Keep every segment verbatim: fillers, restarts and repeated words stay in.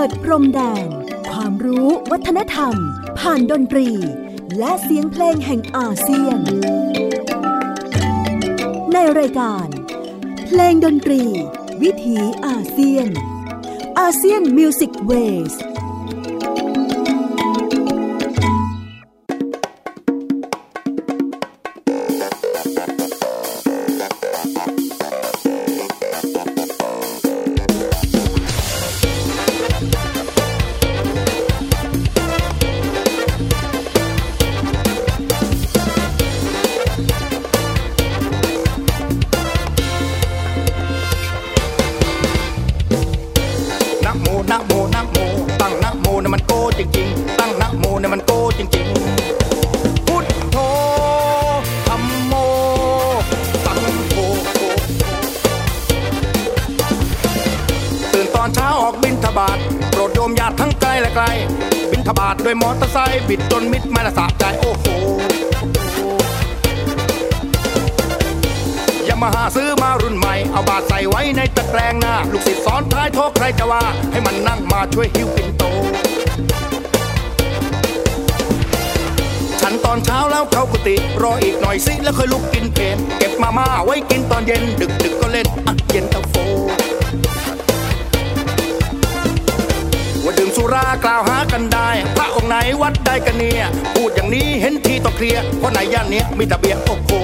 ดพรมแดนความรู้วัฒนธรรมผ่านดนตรีและเสียงเพลงแห่งอาเซียนในรายการเพลงดนตรีวิถีอาเซียนอาเซียนมิวสิกเวสด้วยมอเตอร์ไซค์บิดจนมิดไม่ละสะใจโอ้โหยามาฮ่าซื้อมารุ่นใหม่เอาบาทใส่ไว้ในตะแกรงหน้าลูกศิษย์สอนท้ายโทษใครจะว่าให้มันนั่งมาช่วยหิ้วปิ่นโตฉันตอนเช้าแล้วเข้ากุฏิรออีกหน่อยสิแล้วค่อยลุกกินเพลนเก็บมาม่าไว้กินตอนเย็นดึกดึกก็เล่นอ่ะเย็นตาโฟว่าดื่มสุรากล่าวหากันได้พระองค์ไหนวัดได้กันเนี่ยพูดอย่างนี้เห็นทีต้องเคลียร์เพราะในย่านเนี้ยมีแต่เบียร์โอ้โห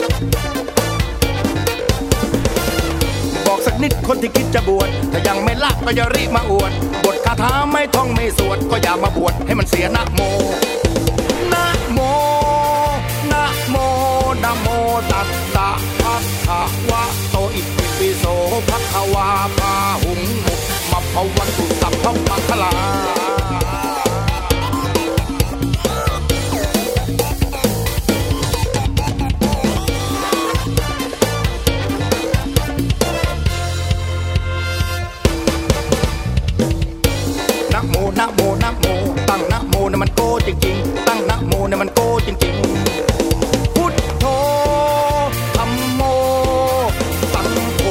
บอกสักนิดคนที่คิดจะบวชถ้ายังไม่ละก็อย่ารีบมาอวดบทคาถาไม่ท่องไม่สวดก็อย่ามาบวชให้มันเสียนะโมนะโมนะโมนะโมตัสสะภะคะวะโตอิติปิโสภะคะวาพาหุงหุกมัพพวันตุสัพพมังคลานะโมนะโมนะโมตั้งนะโมเนี่ยมันโกจริงๆตั้งนะโมเนี่ยมันโกจริงๆพุทโธธัมโมสังโฆ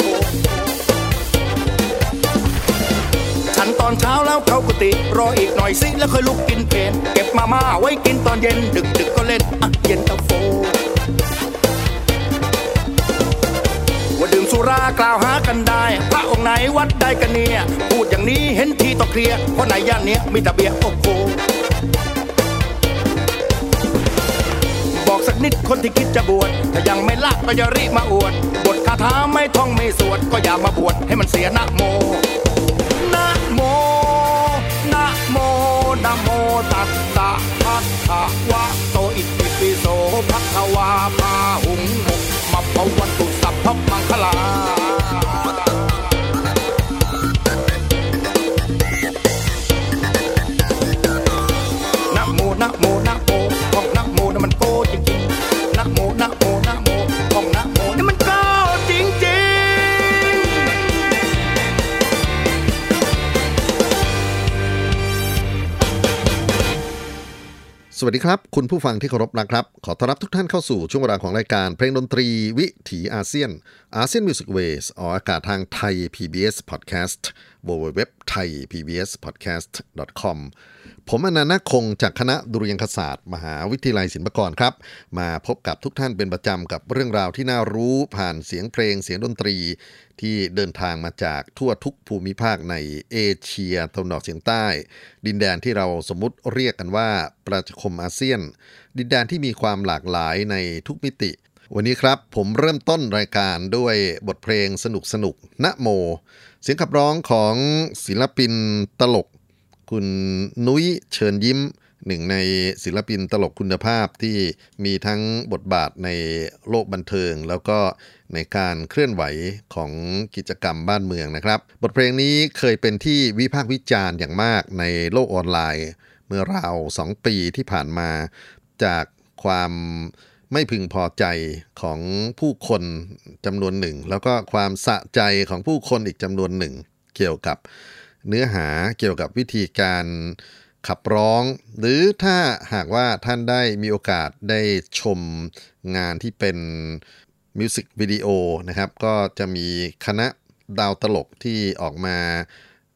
ฉันตอนเช้าแล้วเข้ากุฏิรออีกหน่อยสิแล้วค่อยลุกกินเพลนเก็บมาม่าไว้กินตอนเย็นดึกดึกก็เล่นอ่ะเย็นตาโฟว่าดื่มสุรากล่าวหากันได้พระองค์ไหนวัดได้กันเนี่ยพูดอย่างนี้เห็นทีต้องเคลียร์เพราะในย่านเนี้ยมีแต่เบียร์โอ้โหบอกสักนิดคนที่คิดจะบวชถ้ายังไม่ละก็อย่ารีบมาอวดบทคาถาไม่ท่องไม่สวดก็อย่ามาบวชให้มันเสียนะโมนะโมนะโมนะโมตัสสะภะคะวะโตอิติปิโสภะคะวาพาหุงหุกมัพพวันตุสัพพมังคลานะโมนะโมนะโมท่องนะโมน่ะมันโกจริงๆนะโมนะโมนะโมท่องนะโมนี่มันโกจริงๆสวัสดีครับคุณผู้ฟังที่เคารพนะครับขอต้อนรับทุกท่านเข้าสู่ช่วงเวลาของรายการเพลงดนตรีวิถีอาเซียนอาเซียนมิวสิกเวสออกอากาศทางไทย พี บี เอส Podcast ดับเบิลยู ดับเบิลยู ดับเบิลยู ดอท ไทย พี บี เอส พอดแคสต์ ดอท คอม ผมอนันต์ นาคคงจากคณะดุริยางคศาสตร์มหาวิทยาลัยศิลปากรครับมาพบกับทุกท่านเป็นประจำกับเรื่องราวที่น่ารู้ผ่านเสียงเพลงเสียงดนตรีที่เดินทางมาจากทั่วทุกภูมิภาคในเอเชียตะวันออกเฉียงใต้ดินแดนที่เราสมมุติเรียกกันว่าประชาคมอาเซียนดินแดนที่มีความหลากหลายในทุกมิติวันนี้ครับผมเริ่มต้นรายการด้วยบทเพลงสนุกสนุกนะโมเสียงขับร้องของศิลปินตลกคุณนุ้ยเชิญยิ้มหนึ่งในศิลปินตลกคุณภาพที่มีทั้งบทบาทในโลกบันเทิงแล้วก็ในการเคลื่อนไหวของกิจกรรมบ้านเมืองนะครับบทเพลงนี้เคยเป็นที่วิพากษ์วิจารณ์อย่างมากในโลกออนไลน์เมื่อราวสองปีที่ผ่านมาจากความไม่พึงพอใจของผู้คนจำนวนหนึ่งแล้วก็ความสะใจของผู้คนอีกจำนวนหนึ่งเกี่ยวกับเนื้อหาเกี่ยวกับวิธีการขับร้องหรือถ้าหากว่าท่านได้มีโอกาสได้ชมงานที่เป็นมิวสิกวิดีโอนะครับก็จะมีคณะดาวตลกที่ออกมา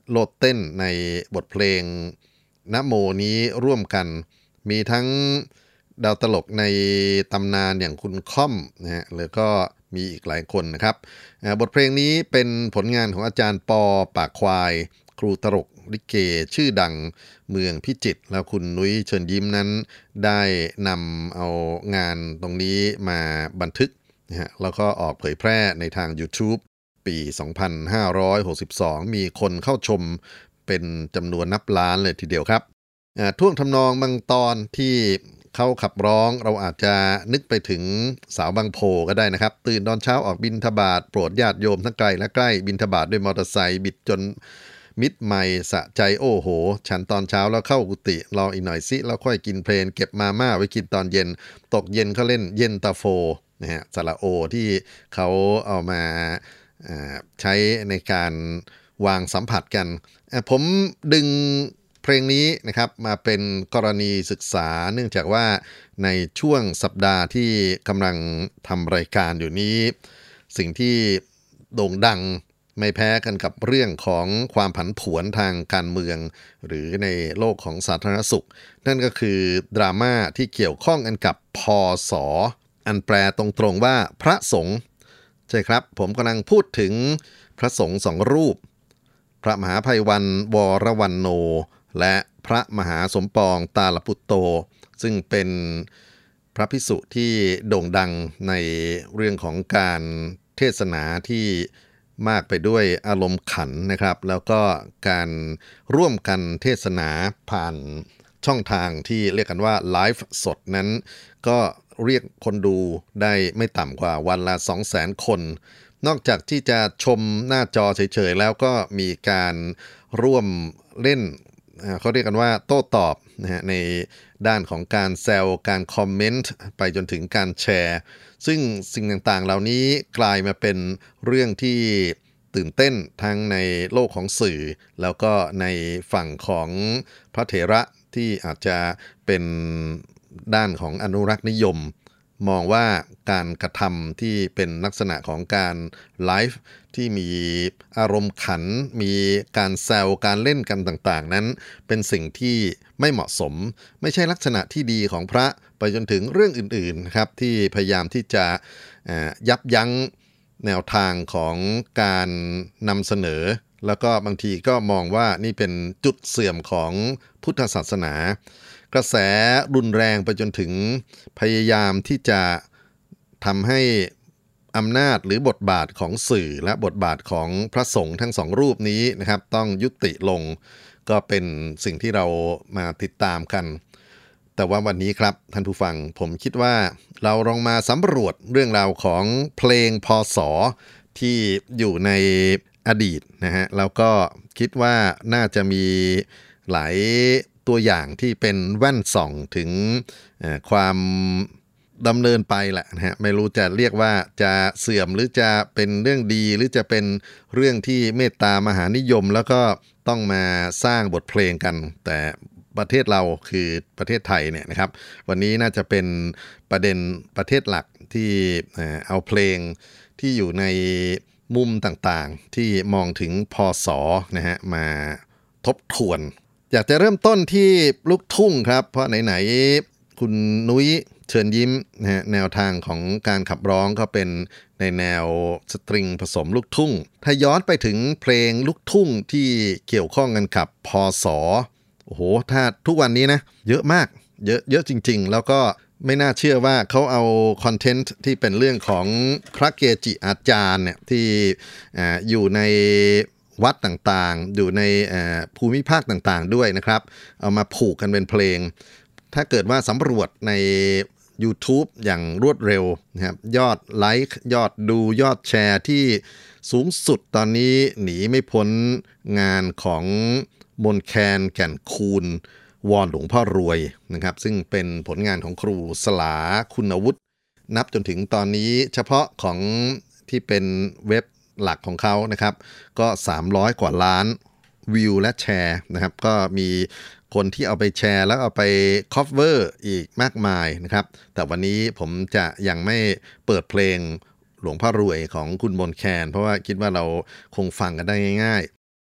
โลดเต้นในบทเพลงนะโมนี้ร่วมกันมีทั้งดาวตลกในตำนานอย่างคุณค่อมนะฮะแล้วก็มีอีกหลายคนนะครับบทเพลงนี้เป็นผลงานของอาจารย์ปอปากควายครูตลกลิเกชื่อดังเมืองพิจิตรแล้วคุณนุ้ยเชิญยิ้มนั้นได้นำเอางานตรงนี้มาบันทึกนะฮะแล้วก็ออกเผยแพร่ในทาง YouTube ปี สองพันห้าร้อยหกสิบสอง มีคนเข้าชมเป็นจำนวนนับล้านเลยทีเดียวครับท่วงทำนองบางตอนที่เขาขับร้องเราอาจจะนึกไปถึงสาวบางโพก็ได้นะครับตื่นตอนเช้าออกบิณฑบาตโปรดญาติโยมทั้งไกลและใกล้บิณฑบาตด้วยมอเตอร์ไซค์บิดจนมิดใหม่สะใจโอ้โหฉันตอนเช้าแล้วเข้ากุฏิรออีกหน่อยสิแล้วค่อยกินเพลนเก็บมาม่าไว้กินตอนเย็นตกเย็นเขาเล่นเย็นตาโฟนะฮะสระโอที่เขาเอามาใช้ในการวางสัมผัสกันผมดึงเพลงนี้นะครับมาเป็นกรณีศึกษาเนื่องจากว่าในช่วงสัปดาห์ที่กำลังทำรายการอยู่นี้สิ่งที่โด่งดังไม่แพ้กันกับเรื่องของความผันผวนทางการเมืองหรือในโลกของสาธารณสุขนั่นก็คือดราม่าที่เกี่ยวข้องกันกับพศอันแปลตรงๆว่าพระสงฆ์ใช่ครับผมกำลังพูดถึงพระสงฆ์สองรูปพระมหาภัยวันวรวรรณโนและพระมหาสมปองตาลปุตโตซึ่งเป็นพระภิกษุที่โด่งดังในเรื่องของการเทศนาที่มากไปด้วยอารมณ์ขันนะครับแล้วก็การร่วมกันเทศนาผ่านช่องทางที่เรียกกันว่าไลฟ์สดนั้นก็เรียกคนดูได้ไม่ต่ำกว่าวันละ สองแสน คนนอกจากที่จะชมหน้าจอเฉยๆแล้วก็มีการร่วมเล่นเขาเรียกกันว่าโต้ตอบนะฮะในด้านของการแซวการคอมเมนต์ไปจนถึงการแชร์ซึ่งสิ่งต่างๆเหล่านี้กลายมาเป็นเรื่องที่ตื่นเต้นทั้งในโลกของสื่อแล้วก็ในฝั่งของพระเถระที่อาจจะเป็นด้านของอนุรักษ์นิยมมองว่าการกระทำที่เป็นลักษณะของการไลฟ์ที่มีอารมณ์ขันมีการแซวการเล่นกันต่างๆนั้นเป็นสิ่งที่ไม่เหมาะสมไม่ใช่ลักษณะที่ดีของพระไปจนถึงเรื่องอื่นๆครับที่พยายามที่จะยับยั้งแนวทางของการนำเสนอแล้วก็บางทีก็มองว่านี่เป็นจุดเสื่อมของพุทธศาสนากระแสรุนแรงไปจนถึงพยายามที่จะทำให้อำนาจหรือบทบาทของสื่อและบทบาทของพระสงฆ์ทั้งสองรูปนี้นะครับต้องยุติลงก็เป็นสิ่งที่เรามาติดตามกันแต่ว่าวันนี้ครับท่านผู้ฟังผมคิดว่าเราลองมาสำรวจเรื่องราวของเพลงพศที่อยู่ในอดีตนะฮะแล้วก็คิดว่าน่าจะมีหลายตัวอย่างที่เป็นแว่นส่องถึงความดำเนินไปแหละนะฮะไม่รู้จะเรียกว่าจะเสื่อมหรือจะเป็นเรื่องดีหรือจะเป็นเรื่องที่เมตตามหานิยมแล้วก็ต้องมาสร้างบทเพลงกันแต่ประเทศเราคือประเทศไทยเนี่ยนะครับวันนี้น่าจะเป็นประเด็นประเทศหลักที่เอาเพลงที่อยู่ในมุมต่างๆที่มองถึงพศนะฮะมาทบทวนอยากจะเริ่มต้นที่ลูกทุ่งครับเพราะไหนๆคุณนุ้ยเชิญยิ้มนะฮะแนวทางของการขับร้องก็เป็นในแนวสตริงผสมลูกทุ่งถ้าย้อนไปถึงเพลงลูกทุ่งที่เกี่ยวข้องกันกับพศโอ้โหถ้าทุกวันนี้นะเยอะมากเยอะเยอะจริงๆแล้วก็ไม่น่าเชื่อว่าเขาเอาคอนเทนต์ที่เป็นเรื่องของพระเกจิอาจารย์เนี่ยที่อ่าอยู่ในวัดต่างๆอยู่ในภูมิภาคต่างๆด้วยนะครับเอามาผูกกันเป็นเพลงถ้าเกิดว่าสำรวจใน YouTube อย่างรวดเร็วนะครับยอดไลค์ยอดดูยอดแชร์ที่สูงสุดตอนนี้หนีไม่พ้นงานของมนแคนแก่นคูณวอนหลวงพ่อรวยนะครับซึ่งเป็นผลงานของครูสลาคุณวุฒินับจนถึงตอนนี้เฉพาะของที่เป็นเว็บหลักของเขานะครับก็สามร้อยกว่าล้านวิวและแชร์นะครับก็มีคนที่เอาไปแชร์แล้วเอาไปคอฟเวอร์อีกมากมายนะครับแต่วันนี้ผมจะยังไม่เปิดเพลงหลวงพ่อรวยของคุณมนแคนเพราะว่าคิดว่าเราคงฟังกันได้ง่าย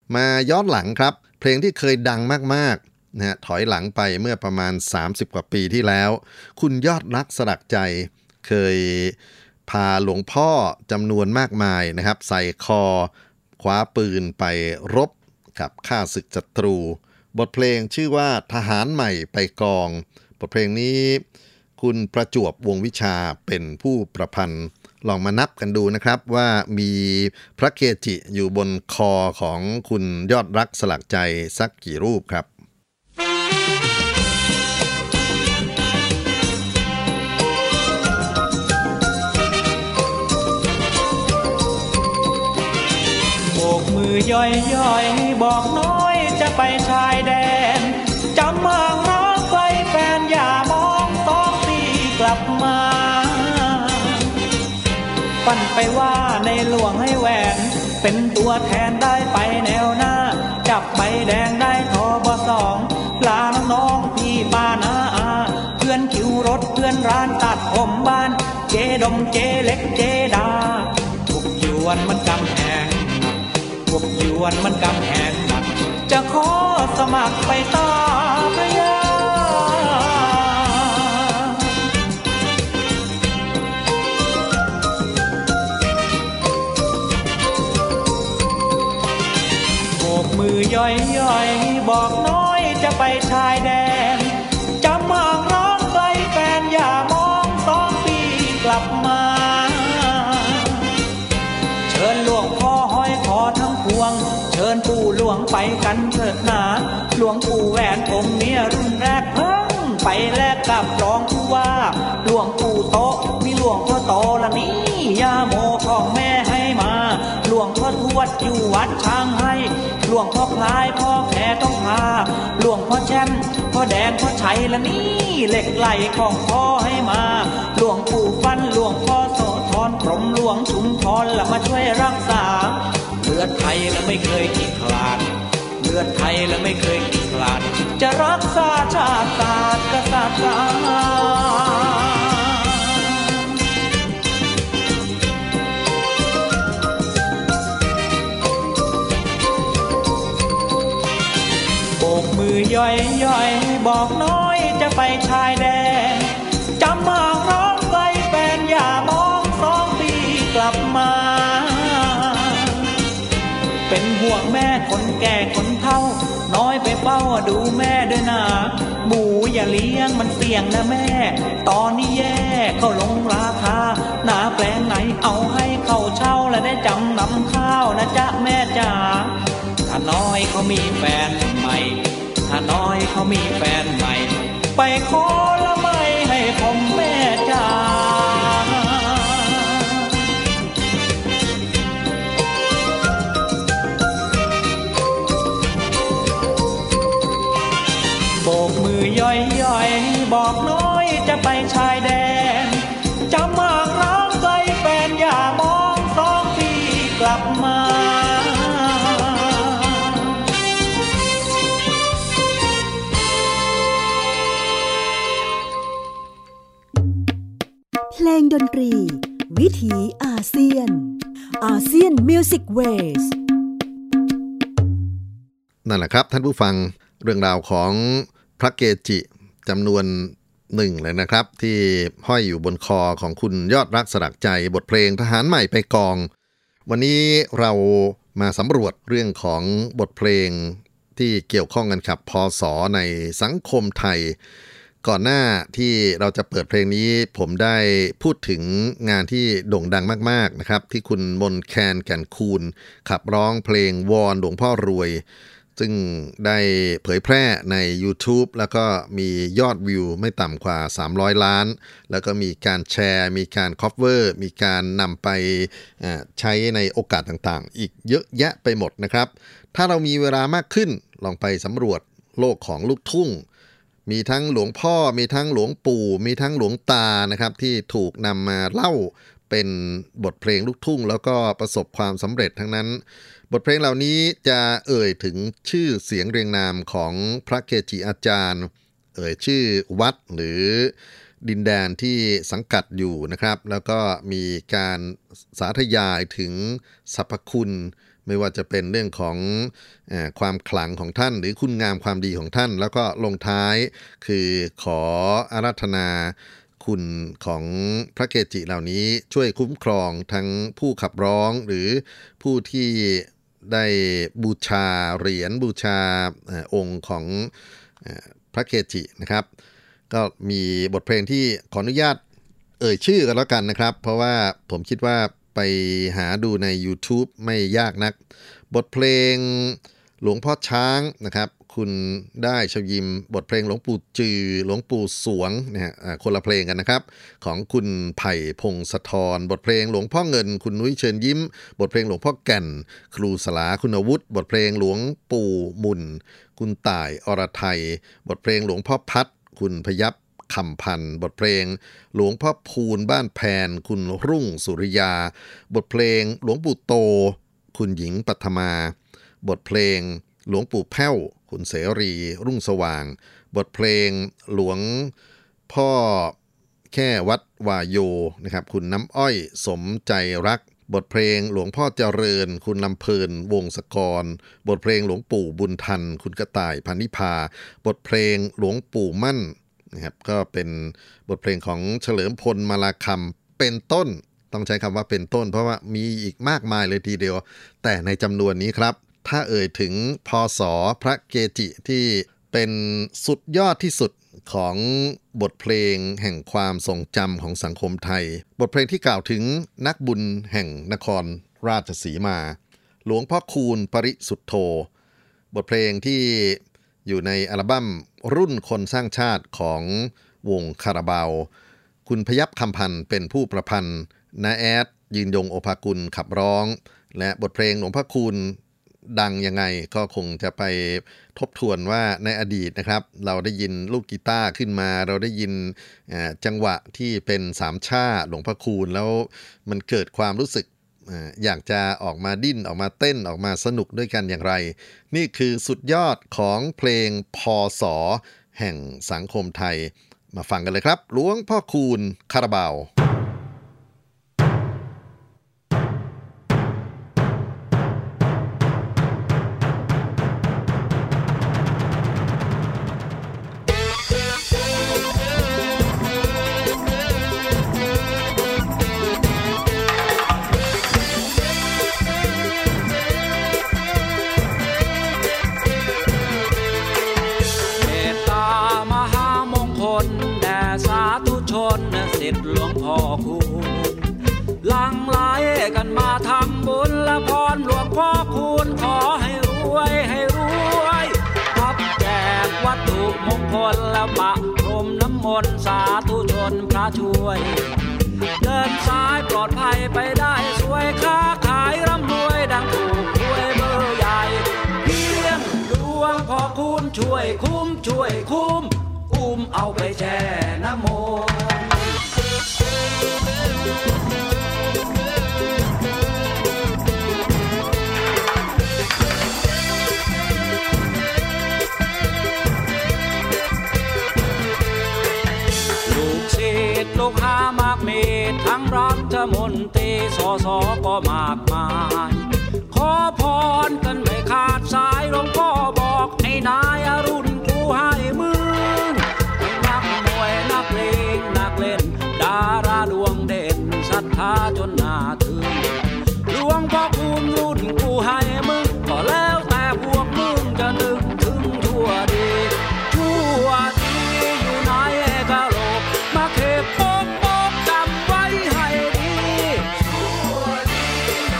มาย้อนหลังครับเพลงที่เคยดังมากๆนะฮะถอยหลังไปเมื่อประมาณสามสิบกว่าปีที่แล้วคุณยอดรักสลักใจเคยพาหลวงพ่อจำนวนมากมายนะครับใส่คอคว้าปืนไปรบกับข้าศึกศัตรูบทเพลงชื่อว่าทหารใหม่ไปกองบทเพลงนี้คุณประจวบวงวิชาเป็นผู้ประพันธ์ลองมานับกันดูนะครับว่ามีพระเกจิอยู่บนคอของคุณยอดรักสลักใจสักกี่รูปครับโบกมือย่อยย่อยบอกน้อยจะไปชายแดนจำห่างรักไกลแฟนอย่ามองสองทีกลับมาฝันไปว่าในหลวงให้แหวนเป็นตัวแทนได้ไปแนวหน้าจับใบแดงได้ทบสองลาน้องๆพี่ป้าน้าอาเพื่อนคิวรถเพื่อนร้านตัดผมบ้านเจดมเจเล็กเจดาทุกยวนมันกำแพงพวกยวนมันกำแพงหนักจะขอสมัครไปตาพยาโบกมือย่อยย่อยบอกน้อยจะไปชายแดนจำห่างรักไกลแฟนอย่ามองสองปีกลับมาเชิญหลวงพ่อห้อยคอทั้งพวงเชิญปู่หลวงไปกันเถิดหนาหลวงปู่แหวนองค์เนี้ยรุ่นแรกเพิ่งไปแลกกับรองผู้ว่าหลวงปู่โตมีหลวงพ่อโตละนี่ยาโมของแม่ให้มาหลวงพ่อทวดอยู่วัดช้างให้หลวงพ่อคล้ายพ่อแผ่ต้องพาหลวงพ่อแช่มพ่อแดงพ่อชัยละนี่เหล็กไหลของพ่อให้มาหลวงปู่ฟันหลวงพ่อโสธรกรมหลวงชุมพรละมาช่วยรักษาเลือดไทยละไม่เคยขี้คลาดเลือดไทยละไม่เคยขี้คลาดจะรักษาชาติศาสตร์กษัตริย์โบกมือย่อยย่อยบอกน้อยจะไปชายแดนจำห่างรักไกลแฟนอย่ามองสองปีกลับมาเป็นห่วงแม่คนแก่คนเฒ่าน้อยไปเฝ้าดูแม่ด้วยนะหมูอย่าเลี้ยงมันเสี่ยงนะแม่ตอนนี้แย่เขาลงราคาหนาแปลงไหนเอาให้เขาเช่าและได้จำนำข้าวนะจ๊ะแม่จ๋าถ้าน้อยเขามีแฟนใหม่ถ้าน้อยเขามีแฟนใหม่ไปขอละไม่ให้ผมแม่จ๋าโบกมือย่อยย่อยบอกน้อยจะไปชายแดนจำห่างรักไกลแฟนอย่ามองสองปีกลับมาเพลงดนตรีวิถีอาเซียนอาเซียนมิวสิกเวสนั่นแหละครับท่านผู้ฟังเรื่องราวของพระเกจิจำนวนหนึ่งเลยนะครับที่ห้อยอยู่บนคอของคุณยอดรักสลักใจบทเพลงทหารใหม่ไปกองวันนี้เรามาสำรวจเรื่องของบทเพลงที่เกี่ยวข้องกันกับพศในสังคมไทยก่อนหน้าที่เราจะเปิดเพลงนี้ผมได้พูดถึงงานที่โด่งดังมากๆนะครับที่คุณมนแคนแก่นคูณขับร้องเพลงวอนหลวงพ่อรวยซึ่งได้เผยแพร่ใน YouTube แล้วก็มียอดวิวไม่ต่ำกว่าสามร้อยล้านแล้วก็มีการแชร์มีการคัฟเวอร์มีการนำไปใช้ในโอกาสต่างๆอีกเยอะแยะไปหมดนะครับถ้าเรามีเวลามากขึ้นลองไปสำรวจโลกของลูกทุ่งมีทั้งหลวงพ่อมีทั้งหลวงปู่มีทั้งหลวงตานะครับที่ถูกนำมาเล่าเป็นบทเพลงลูกทุ่งแล้วก็ประสบความสำเร็จทั้งนั้นบทเพลงเหล่านี้จะเอ่ยถึงชื่อเสียงเรียงนามของพระเกจิอาจารย์เอ่ยชื่อวัดหรือดินแดนที่สังกัดอยู่นะครับแล้วก็มีการสาธยายถึงสรรพคุณไม่ว่าจะเป็นเรื่องของเอ่อความขลังของท่านหรือคุณงามความดีของท่านแล้วก็ลงท้ายคือขออาราธนาคุณของพระเกจิเหล่านี้ช่วยคุ้มครองทั้งผู้ขับร้องหรือผู้ที่ได้บูชาเหรียญบูชาเอ่อองค์ของเอ่อพระเกจินะครับก็มีบทเพลงที่ขออนุญาตเอ่ยชื่อกันแล้วกันนะครับเพราะว่าผมคิดว่าไปหาดูใน YouTube ไม่ยากนักบทเพลงหลวงพ่อช้างนะครับคุณได้ชยิมบทเพลงหลวงปู่จือหลวงปู่สวงนะฮะคนละเพลงกันนะครับของคุณไผ่พงศธรบทเพลงหลวงพ่อเงินคุณนุ้ยเชิญยิ้มบทเพลงหลวงพ่อแก่นครูสลาคุณวุฒิบทเพลงหลวงปู่มุนคุณต่ายอรไทยบทเพลงหลวงพ่อพัดคุณพยัพคำพันธ์บทเพลงหลวงพ่อพูนบ้านแพนคุณรุ่งสุริยาบทเพลงหลวงปู่โตคุณหญิงปัทมาบทเพลงหลวงปู่แพ้วคุณเสรีรุ่งสว่างบทเพลงหลวงพ่อแค่วัดวาโยนะครับคุณน้ำอ้อยสมใจรักบทเพลงหลวงพ่อเจริญคุณลำเพลินวงศกรบทเพลงหลวงปู่บุญทันคุณกระต่ายพานิพาบทเพลงหลวงปู่มั่นนะครับก็เป็นบทเพลงของเฉลิมพลมาลาคำเป็นต้นต้องใช้คำว่าเป็นต้นเพราะว่ามีอีกมากมายเลยทีเดียวแต่ในจำนวนนี้ครับถ้าเอ่ยถึงพศพระเกจิที่เป็นสุดยอดที่สุดของบทเพลงแห่งความทรงจำของสังคมไทยบทเพลงที่กล่าวถึงนักบุญแห่งนครราชสีมาหลวงพ่อคูณปริสุทโธบทเพลงที่อยู่ในอัลบั้มรุ่นคนสร้างชาติของวงคาราบาวคุณพยัพคำพันธ์เป็นผู้ประพันธ์นาแอดยืนยงโอภากุลขับร้องและบทเพลงหลวงพ่อคูณดังยังไงก็คงจะไปทบทวนว่าในอดีตนะครับเราได้ยินลูกกีตาร์ขึ้นมาเราได้ยินจังหวะที่เป็นสามช่าหลวงพ่อคูณแล้วมันเกิดความรู้สึกอยากจะออกมาดิ้นออกมาเต้นออกมาสนุกด้วยกันอย่างไรนี่คือสุดยอดของเพลงพศแห่งสังคมไทยมาฟังกันเลยครับหลวงพ่อคูณคาราบาวหลวงพ่อคูณหลั่งไหลกันมาทำบุญและพรหลวงพ่อคูณขอให้รวยให้รวยรับแจกวัตถุมงคลและปะพรมน้ำมนต์สาธุชนพระช่วยเดินสายปลอดภัยไปได้สวยค้าขายร่ำรวยดังถูกรวยเบอร์ใหญ่เพียงหลวงพ่อคูณช่วยคุ้มช่วยคุ้มอุ้มเอาไปแช่น้ำมนต์ลูกหามากมีทั้งรัฐมนตรีสสก็มากมายขอพรกันไม่ขาดสายหลวงพ่อบอกไอ้นายอรุณกูให้มึงนักมวยนักเลงนักเล่นดาราดวงเด่นศรัทธาจนน่าถึงหลวงพ่อคูณรุ่นกูให้มึงก็แล้วแต่พวกมึงจะนึกถึงชั่วดีชั่วดีอยู่ไหนกะโหลกมาเก็บโป๊กโป๊กจำไว้ให้ดีชั่วดี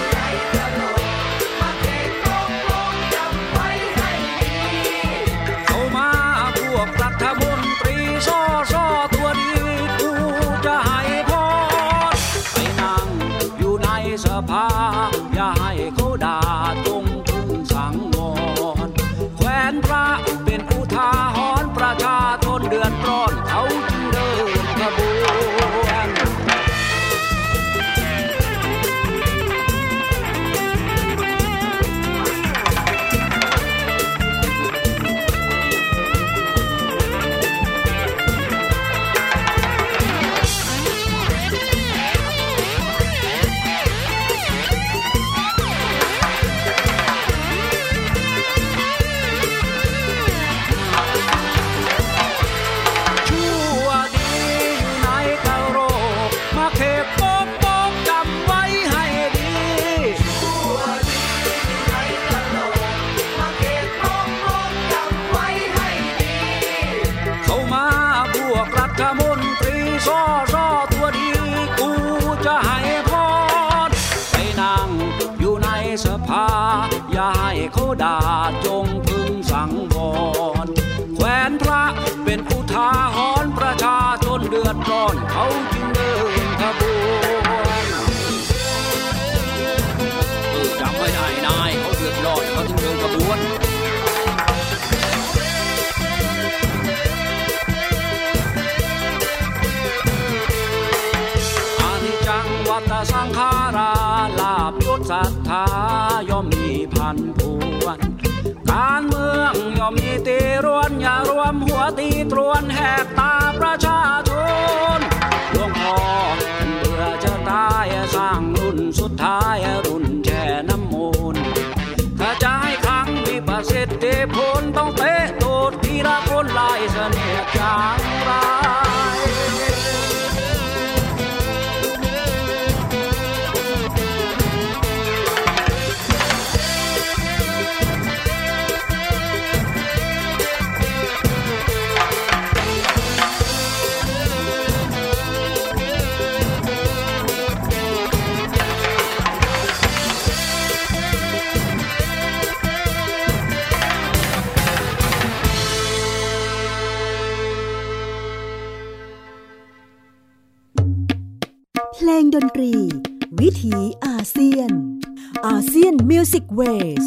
เขาด่าจงพึงสังวรแขวนพระเป็นอุทาหรณ์ประชาชนเดือดร้อนเขาจึงเดินขบวนเออจำไว้ได้นายเขาเดือดร้อนเขาจึงเดินขบวนอานิจจังวัฏสังขาราลาภยศศรัทธาย่อมมีพันพวนการเมืองย่อมมีตีรวนอย่ารวมหัวตีตรวนแหกตาประชาชนหลวงพ่อเบื่อจะตายสร้างรุ่นสุดท้ายรุ่นแช่น้ำมูลถ้าจะให้ครั้งมีประสิทธิผลต้องเตะตูดทีละคนลายเสน่ห์จางไรเพลงดนตรีวิถีอาเซียนอาเซียนมิวสิกเวส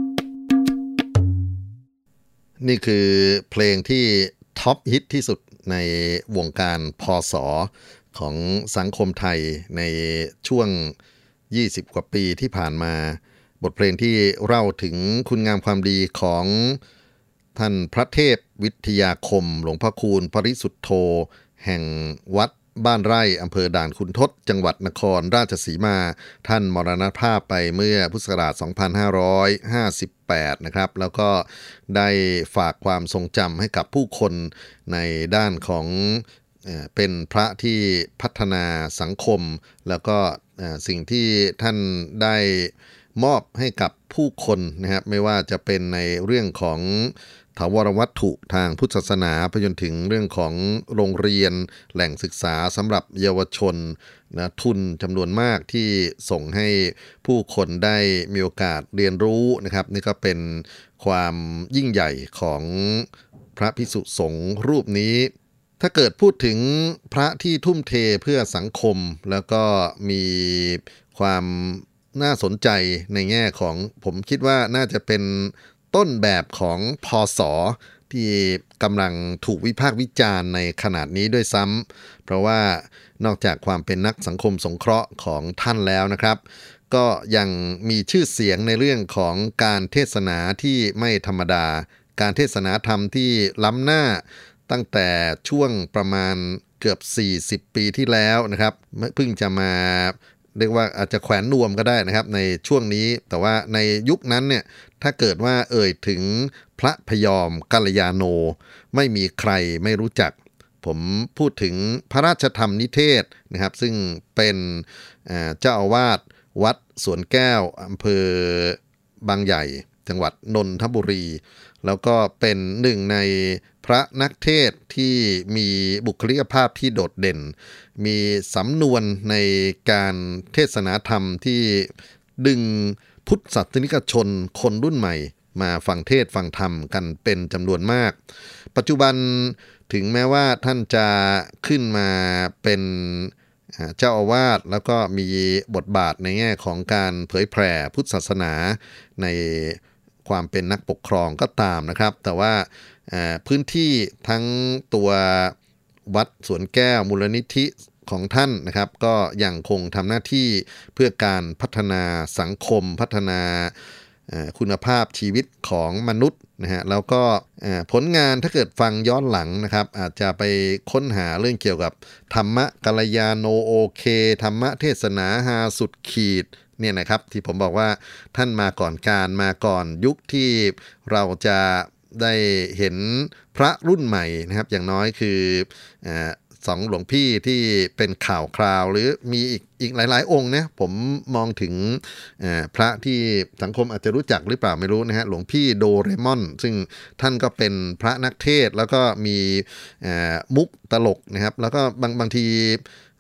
นี่คือเพลงที่ท็อปฮิตที่สุดในวงการพศของสังคมไทยในช่วงยี่สิบกว่าปีที่ผ่านมาบทเพลงที่เล่าถึงคุณงามความดีของท่านพระเทพวิทยาคมหลวงพ่อคูณปริสุทธโธแห่งวัดบ้านไร่อำเภอด่านขุนทดจังหวัดนครราชสีมาท่านมรณภาพไปเมื่อพุทธศักราชสองพันห้าร้อยห้าสิบแปดนะครับแล้วก็ได้ฝากความทรงจำให้กับผู้คนในด้านของเอ่อเป็นพระที่พัฒนาสังคมแล้วก็เอ่อสิ่งที่ท่านได้มอบให้กับผู้คนนะครับไม่ว่าจะเป็นในเรื่องของถาวรวัตถุทางพุทธศาสนาไปจนถึงเรื่องของโรงเรียนแหล่งศึกษาสำหรับเยาวชนนะทุนจำนวนมากที่ส่งให้ผู้คนได้มีโอกาสเรียนรู้นะครับนี่ก็เป็นความยิ่งใหญ่ของพระภิกษุสงฆ์รูปนี้ถ้าเกิดพูดถึงพระที่ทุ่มเทเพื่อสังคมแล้วก็มีความน่าสนใจในแง่ของผมคิดว่าน่าจะเป็นต้นแบบของพศที่กำลังถูกวิพากษ์วิจารณ์ในขนาดนี้ด้วยซ้ำเพราะว่านอกจากความเป็นนักสังคมสงเคราะห์ของท่านแล้วนะครับก็ยังมีชื่อเสียงในเรื่องของการเทศนาที่ไม่ธรรมดาการเทศนาธรรมที่ล้ำหน้าตั้งแต่ช่วงประมาณเกือบสี่สิบปีที่แล้วนะครับเพิ่งจะมาเรียกว่าอาจจะแขวนนวมก็ได้นะครับในช่วงนี้แต่ว่าในยุคนั้นเนี่ยถ้าเกิดว่าเอ่ยถึงพระพยอมกัลยาโนไม่มีใครไม่รู้จักผมพูดถึงพระราชธรรมนิเทศนะครับซึ่งเป็นเจ้าอาวาสวัดสวนแก้วอำเภอบางใหญ่จังหวัดนนทบุรีแล้วก็เป็นหนึ่งในพระนักเทศที่มีบุคลิกภาพที่โดดเด่นมีสำนวนในการเทศนาธรรมที่ดึงพุทธศาสนิกชนคนรุ่นใหม่มาฟังเทศฟังธรรมกันเป็นจำนวนมากปัจจุบันถึงแม้ว่าท่านจะขึ้นมาเป็นเจ้าอาวาสแล้วก็มีบทบาทในแง่ของการเผยแผ่พุทธศาสนาในความเป็นนักปกครองก็ตามนะครับแต่ว่าพื้นที่ทั้งตัววัดสวนแก้วมูลนิธิของท่านนะครับก็ยังคงทำหน้าที่เพื่อการพัฒนาสังคมพัฒนาคุณภาพชีวิตของมนุษย์นะฮะแล้วก็ผลงานถ้าเกิดฟังย้อนหลังนะครับอาจจะไปค้นหาเรื่องเกี่ยวกับธรรมะกัลยาโนโอเคธรรมะเทศนาฮาสุดขีดเนี่ยนะครับที่ผมบอกว่าท่านมาก่อนการมาก่อนยุคที่เราจะได้เห็นพระรุ่นใหม่นะครับอย่างน้อยคืออ่าสองหลวงพี่ที่เป็นข่าวคราวหรือมีอีกอีกหลายๆองค์นะผมมองถึงพระที่สังคมอาจจะรู้จักหรือเปล่าไม่รู้นะฮะหลวงพี่โดเรมอนซึ่งท่านก็เป็นพระนักเทศแล้วก็มีมุกตลกนะครับแล้วก็บางบางที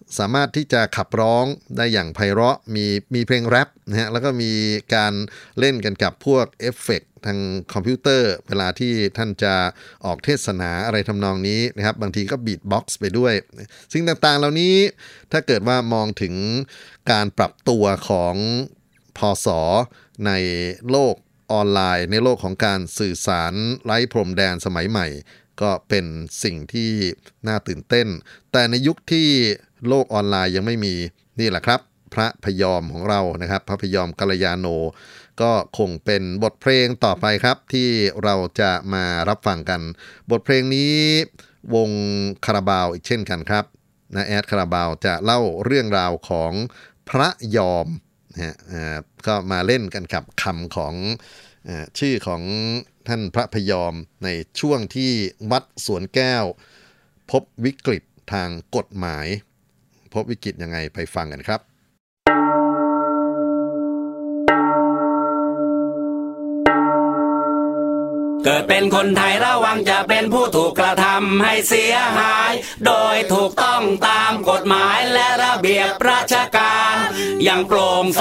สามารถที่จะขับร้องได้อย่างไพเราะมีมีเพลงแรปนะฮะแล้วก็มีการเล่นกันกับพวกเอฟเฟกต์ทางคอมพิวเตอร์เวลาที่ท่านจะออกเทศนาอะไรทำนองนี้นะครับบางทีก็บีทบ็อกซ์ไปด้วยสิ่งต่างๆเหล่านี้ถ้าเกิดว่ามองถึงการปรับตัวของพศในโลกออนไลน์ในโลกของการสื่อสารไร้พรมแดนสมัยใหม่ก็เป็นสิ่งที่น่าตื่นเต้นแต่ในยุคที่โลกออนไลน์ยังไม่มีนี่แหละครับพระพยอมของเรานะครับพระพยอมกัลยาโนก็คงเป็นบทเพลงต่อไปครับที่เราจะมารับฟังกันบทเพลงนี้วงคาราบาวอีกเช่นกันครับนะแอดคาราบาวจะเล่าเรื่องราวของพระยอมนะฮะก็มาเล่นกันกับคำของชื่อของท่านพระพยอมในช่วงที่วัดสวนแก้วพบวิกฤตทางกฎหมายพบวิกฤตยังไงไปฟังกันครับเกิดเป็นคนไทยระวังจะเป็นผู้ถูกกระทำให้เสียหายโดยถูกต้องตามกฎหมายและระเบียบราชการอย่างโปร่งใส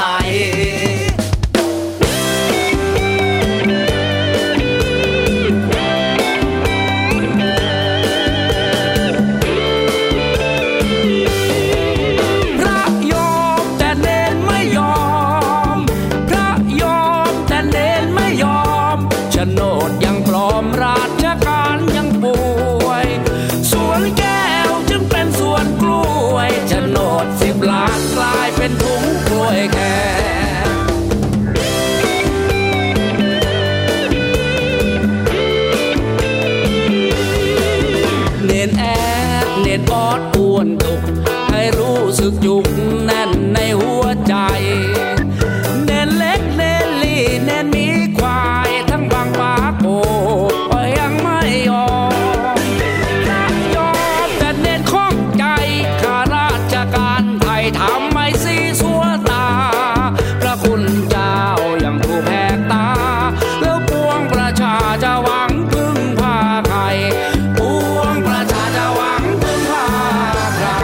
สึกจุกแน่นในหัวใจเน้นเล็กเน้นลีเน้นมีควายทั้งบางปาโกก็ยังไม่ยอมรักยอมแต่เน้นข้องใจข้าราชการไทยทำไม่ซีสัวตาพระคุณเจ้ายังผู้แพกตาแล้วปวงประชาจะหวังพึ่งพาใครปวงประชาจะหวังพึ่งพาใคร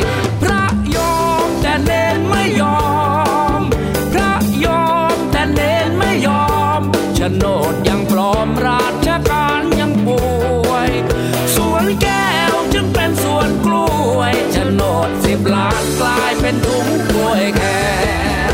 โฉนดยังปลอมราชการยังป่วยสวนแก้วจึงเป็นสวนกล้วยโฉนดสิบล้านกลายเป็นถุงกล้วยแขก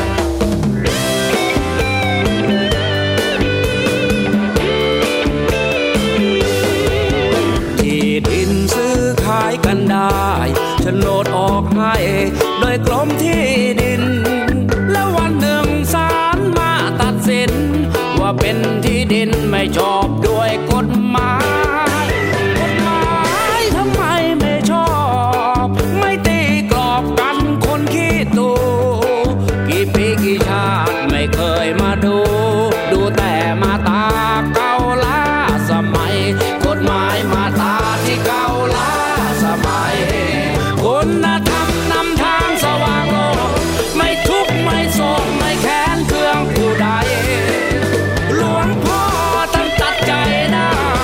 ที่ดินซื้อขายกันได้โฉนดออกให้โดยกรมที่ดินแล้ววันหนึ่งศาลมาตัดสินว่าเป็นที่ดินไม่ชอบด้วยกฎหมายกฎหมายทำไมไม่ชอบไม่ตีกรอบกันคนขี้ตูกี่ปีกี่ชาติไม่เคยมาดูดูแต่มาตาเก่าล้าสมัยกฎหมายมาตาที่เก่าล้าสมัยคุณธรรมนำทางสว่างโลกไม่ทุกข์ไม่โศกไม่แค้นเคืองผู้ใดหลวงพ่อท่านตัดใจได้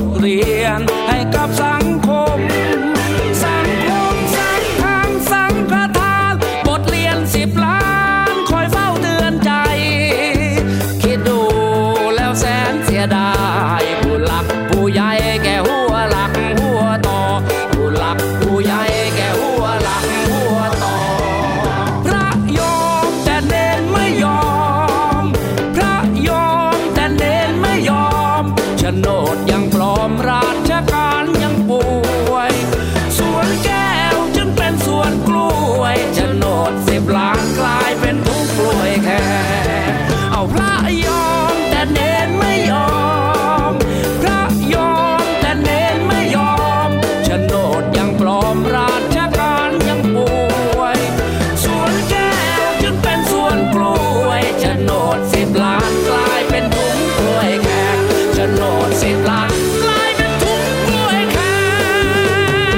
เรียนให้กับสังคมสังคมสังฆังสังฆทานบทเรียนสิบล้านคอยเฝ้าเตือนใจคิดดูแล้วแสนเสียดายผู้หลักผู้ใหญ่แก่หัวหลักหัวต่อผู้หลักผู้ใหญ่แก่หัวหลักหัวต่อพระยอมแต่เน้นไม่ยอมพระยอมแต่เน้นไม่ยอมโฉนดยังปลอมราชการยังป่วยสวนแก้วจึงเป็นสวนกล้วยโฉนดสิบล้านกลายเป็นทุ่งกล้วยแค่เอาพระยอมแต่เน้นไม่ยอมพระยอมแต่เน้นไม่ยอมโฉนดยังปลอมราชการยังป่วยสวนแก้วจึงเป็นสวนกล้วยโฉนดสิบล้านกลายเป็นทุ่งกล้วยแขกโฉนดสิบล้านกลายเป็นทุ่งกล้วยแขก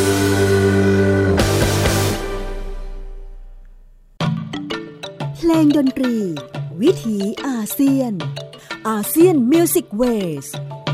เพลงดนตรีวิถีอาเซียนอาเซียนมิวสิกเวส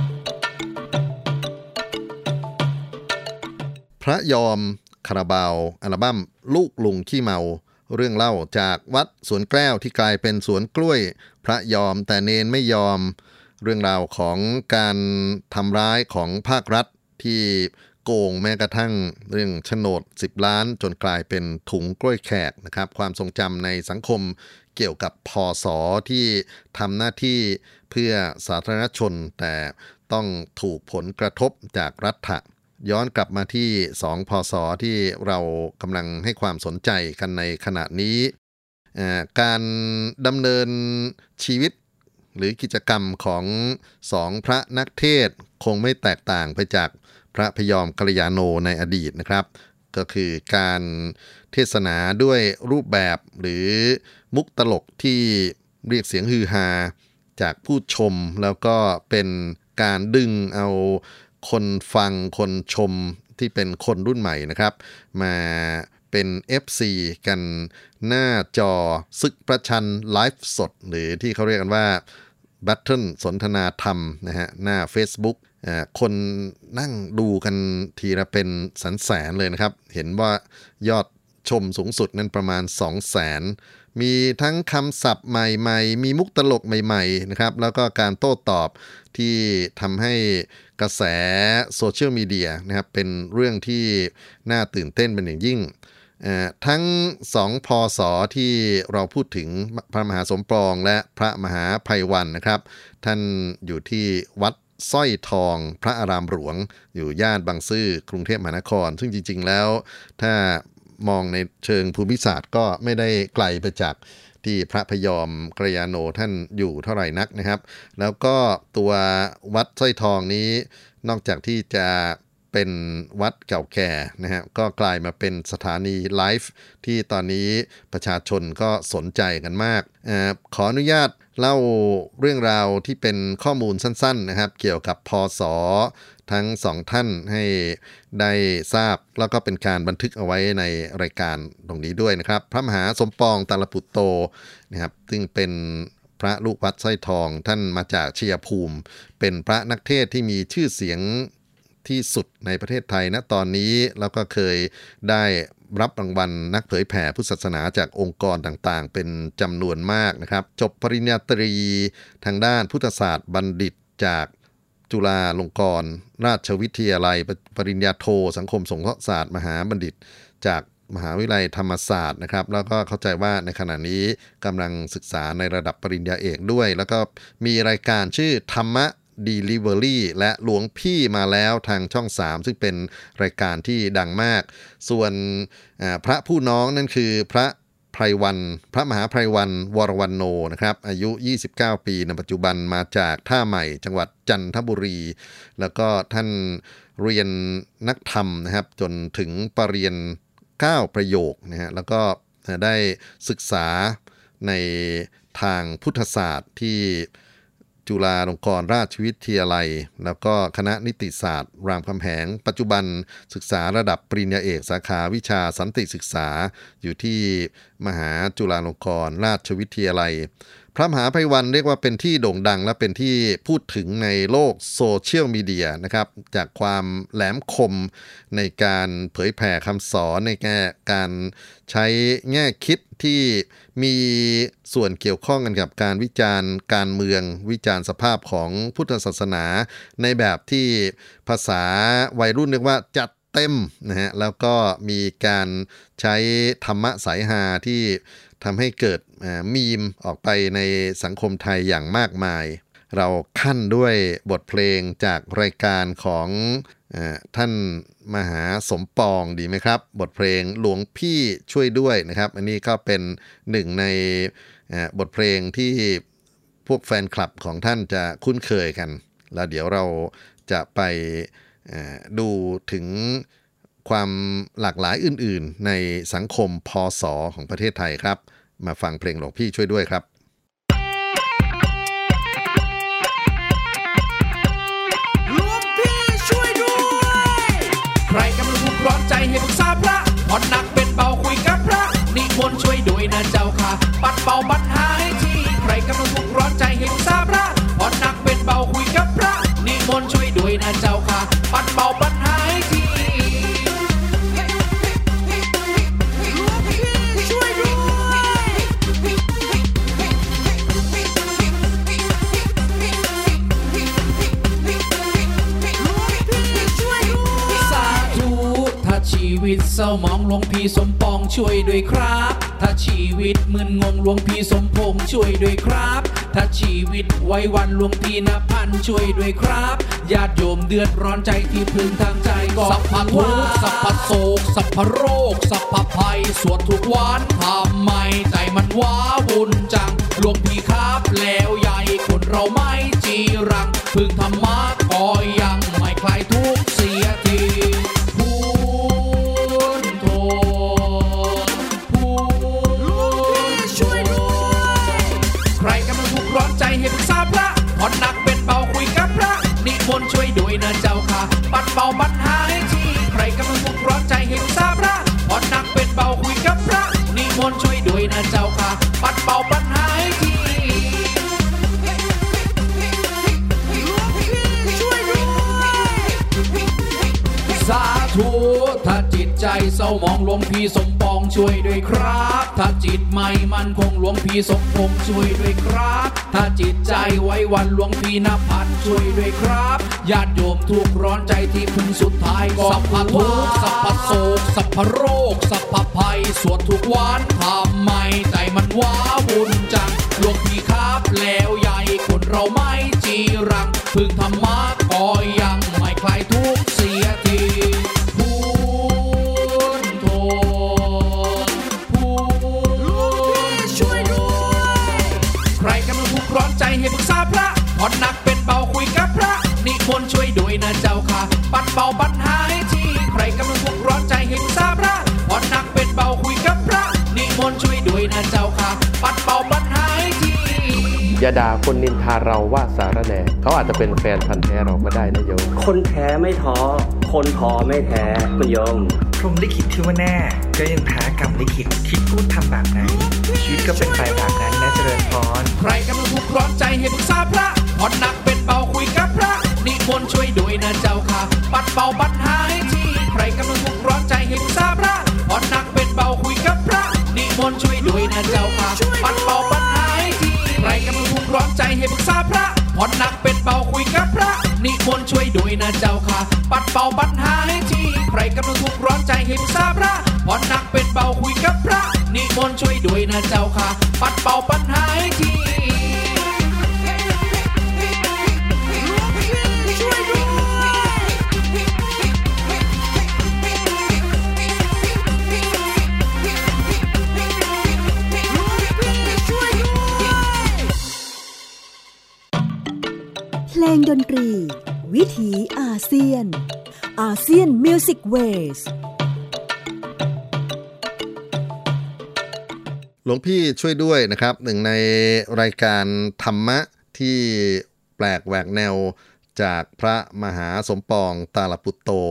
พระยอมคาราบาวอัลบั้มลูกลุงขี้เมาเรื่องเล่าจากวัดสวนแก้วที่กลายเป็นสวนกล้วยพระยอมแต่เนนไม่ยอมเรื่องราวของการทำร้ายของภาครัฐที่โกงแม้กระทั่งเรื่องโฉนดสิบล้านจนกลายเป็นถุงกล้วยแขกนะครับความทรงจำในสังคมเกี่ยวกับพศที่ทำหน้าที่เพื่อสาธารณชนแต่ต้องถูกผลกระทบจากรัฐะย้อนกลับมาที่สองพศที่เรากำลังให้ความสนใจกันในขณะนี้การดำเนินชีวิตหรือกิจกรรมของสองพระนักเทศน์คงไม่แตกต่างไปจากพระพยอมกัลยาโนในอดีตนะครับก็คือการเทศนาด้วยรูปแบบหรือมุกตลกที่เรียกเสียงฮือฮาจากผู้ชมแล้วก็เป็นการดึงเอาคนฟังคนชมที่เป็นคนรุ่นใหม่นะครับมาเป็น เอฟ ซี กันหน้าจอศึกประชันไลฟ์สดหรือที่เขาเรียกกันว่าแบทเทิลสนทนาธรรมนะฮะหน้า Facebook อ่าคนนั่งดูกันทีละเป็นแสนๆเลยนะครับเห็นว่ายอดชมสูงสุดนั้นประมาณ สองแสน มีทั้งคำศัพท์ใหม่ๆมีมุกตลกใหม่ๆนะครับแล้วก็การโต้ตอบที่ทำให้กระแสโซเชียลมีเดียนะครับเป็นเรื่องที่น่าตื่นเต้นเป็นอย่างยิ่งทั้งสองพศที่เราพูดถึงพระมหาสมปองและพระมหาไพวันนะครับท่านอยู่ที่วัดสร้อยทองพระอารามหลวงอยู่ย่านบางซื่อกรุงเทพมหานครซึ่งจริงๆแล้วถ้ามองในเชิงภูมิศาสตร์ก็ไม่ได้ไกลไปจากที่พระพยอมกัลยาโนท่านอยู่เท่าไหร่นักนะครับแล้วก็ตัววัดสร้อยทองนี้นอกจากที่จะเป็นวัดเก่าแก่นะฮะก็กลายมาเป็นสถานีไลฟ์ที่ตอนนี้ประชาชนก็สนใจกันมากเอ่อขออนุญาตเล่าเรื่องราวที่เป็นข้อมูลสั้นๆนะครับเกี่ยวกับพศทั้งสองท่านให้ได้ทราบแล้วก็เป็นการบันทึกเอาไว้ในรายการตรงนี้ด้วยนะครับพระมหาสมปองตาลปุตโตนะครับซึ่งเป็นพระลูกวัดสร้อยทองท่านมาจากชัยภูมิเป็นพระนักเทศน์ที่มีชื่อเสียงที่สุดในประเทศไทยณตอนนี้แล้วก็เคยได้รับรางวัลนักเผยแผ่พุทธศาสนาจากองค์กรต่างๆเป็นจำนวนมากนะครับจบปริญญาตรีทางด้านพุทธศาสตร์บัณฑิตจากจุฬาลงกรณราชวิทยาลัยปริญญาโทสังคมสงเคราะห์ศาสตร์มหาบัณฑิตจากมหาวิทยาลัยธรรมศาสตร์นะครับแล้วก็เข้าใจว่าในขณะนี้กำลังศึกษาในระดับปริญญาเอกด้วยแล้วก็มีรายการชื่อธรรมะDelivery และหลวงพี่มาแล้วทางช่องสามซึ่งเป็นรายการที่ดังมากส่วนพระผู้น้องนั่นคือพระไพรวันพระมหาไพรวันวรวรรณโนนะครับอายุยี่สิบเก้าปีในปัจจุบันมาจากท่าใหม่จังหวัดจันทบุรีแล้วก็ท่านเรียนนักธรรมนะครับจนถึงปรริญญาเก้าประโยคนะฮะแล้วก็ได้ศึกษาในทางพุทธศาสตร์ที่จุฬาลงกรณราชวิทยาลัยแล้วก็คณะนิติศาสตร์รามคำแหงปัจจุบันศึกษาระดับปริญญาเอกสาขาวิชาสันติศึกษาอยู่ที่มหาจุฬาลงกรณราชวิทยาลัยพระมหาไพวันเรียกว่าเป็นที่โด่งดังและเป็นที่พูดถึงในโลกโซเชียลมีเดียนะครับจากความแหลมคมในการเผยแผ่คำสอนในแง่การใช้แง่คิดที่มีส่วนเกี่ยวข้องกันกับการวิจารณ์การเมืองวิจารณ์สภาพของพุทธศาสนาในแบบที่ภาษาวัยรุ่นเรียกว่าจัดเต็มนะฮะแล้วก็มีการใช้ธรรมะสายฮาที่ทำให้เกิดมีมออกไปในสังคมไทยอย่างมากมายเราขั้นด้วยบทเพลงจากรายการของท่านมหาสมปองดีไหมครับบทเพลงหลวงพี่ช่วยด้วยนะครับอันนี้ก็เป็นหนึ่งในบทเพลงที่พวกแฟนคลับของท่านจะคุ้นเคยกันแล้วเดี๋ยวเราจะไปดูถึงความหลากหลายอื่นๆในสังคมพศของประเทศไทยครับมาฟังเพลงหลวงพี่ช่วยด้วยครับหลวงพี่ช่วยด้วยใครกำลังทุกข์ร้อนใจให้ปรึกษาพระผ่อนหนักเป็นเบาคุยกับพระนิมนต์ช่วยด้วยนะเจ้าค่ะปัดเป่าปัญหาให้ทีใครกำลังทุกข์ร้อนใจให้ปรึกษาพระผ่อนหนักเป็นเบาคุยกับพระนิมนต์ช่วยด้วยนะเจ้าค่ะปัดเป่าปัญหาให้ทีชีวิตเศร้าหมองหลวงพี่สมปองช่วยด้วยครับถ้าชีวิตมึนงงหลวงพี่สมพงษ์ช่วยด้วยครับถ้าชีวิตไว้วันหลวงพี่ณพันธ์ช่วยด้วยครับญาติโยมเดือดร้อนใจที่พึงทางใจก็สัพพทุกข์สัพพโศกสัพพโรคสัพพภัยสวดทุกวันทำไมใจมันว้าวุ่นจังหลวงพี่ครับแล้วใหญ่คนเราไม่จีรังพึงธรรมะก็ยังไม่คลายทุกข์เสียทีร้อนใจให้ปรึกษาพระผ่อนหนักเป็นเบาคุยกับพระนิมนต์ช่วยด้วยนะเจ้าค่ะปัดเป่าปัญหาให้ทีใครกำลังทุกข์ร้อนใจให้ปรึกษาพระผ่อนหนักเป็นเบาคุยกับพระนิมนต์ช่วยด้วยนะเจ้าค่ะปัดเป่าปัญหาให้ทีสาธุถ้าจิตใจเศร้าหมองหลวงพี่สมปองช่วยด้วยครับถ้าจิตไม่มั่นคงหลวงพี่สมพงษ์ช่วยด้วยครับถ้าจิตใจไว้วันหลวงพี่ณพันธ์ช่วยด้วยครับญาติโยมทุกข์ร้อนใจที่พึงสุดท้ายก็สัพพทุกข์สัพพโศกสัพพโรคสัพพภัยสวดทุกวันทำไมใจมันว้าวุ่นจังหลวงพี่ครับแล้วใหญ่คนเราไม่จีรังพึงธรรมะก็ยังไม่คลายทุกข์เสียทีร้อนใจให้ปรึกษาพระผ่อนหนักเป็นเบาคุยกับพระนิมนต์ช่วยด้วยนะเจ้าค่ะปัดเป่าปัญหาให้ทีใครกำลังทุกข์ร้อนใจให้ปรึกษาพระผ่อนหนักเป็นเบาคุยกับพระนิมนต์ช่วยด้วยนะเจ้าค่ะปัดเป่าปัญหาให้ทีอย่าด่าคนนินทาเราว่าสารแหน่เขาอาจจะเป็นแฟนพันธุ์แท้เราก็ได้นะโยมคนแท้ไม่ท้อคนท้อไม่แท้คุณโยมพรหมลิขิตที่ว่าแน่ก็ยังแพ้กรรมลิขิตคิดพูดทำแบบไหนชีวิตก็เป็นไปแบบนั้นนะเจริญพรใครกำลังทุกข์ร้อนใจให้ปรึกษาพระผ่อนหนักเป็นเบาคุยกับพระนิมนต์ช่วยด้วยนะเจ้าค่ะปัดเป่าปัญหาให้ทีใครกำลังทุกข์ร้อนใจให้ปรึกษาพระผ่อนหนักเป็นเบาคุยกับพระนิมนต์ช่วยด้วยนะเจ้าค่ะปัดเป่าปัญหาให้ทีใครกำลังทุกข์ร้อนใจให้ปรึกษาพระผ่อนหนักเป็นเบาคุยกับพระนิมนต์ช่วยด้วยนะเจ้าค่ะปัดเป่าปัญหาให้ทีใครกำลังทุกข์ร้อนใจให้ปรึกษาพระผ่อนหนักเป็นเบาคุยกับพระนิมนต์ช่วยด้วยนะเจ้าค่ะปัดเป่าปัญหาให้ทีเพลงดนตรีวิถีอาเซียนอาเซียนมิวสิกเวสหลวงพี่ช่วยด้วยนะครับหนึ่งในรายการธรรมะที่แปลกแหวกแนวจากพระมหาสมปองตาลปุตโต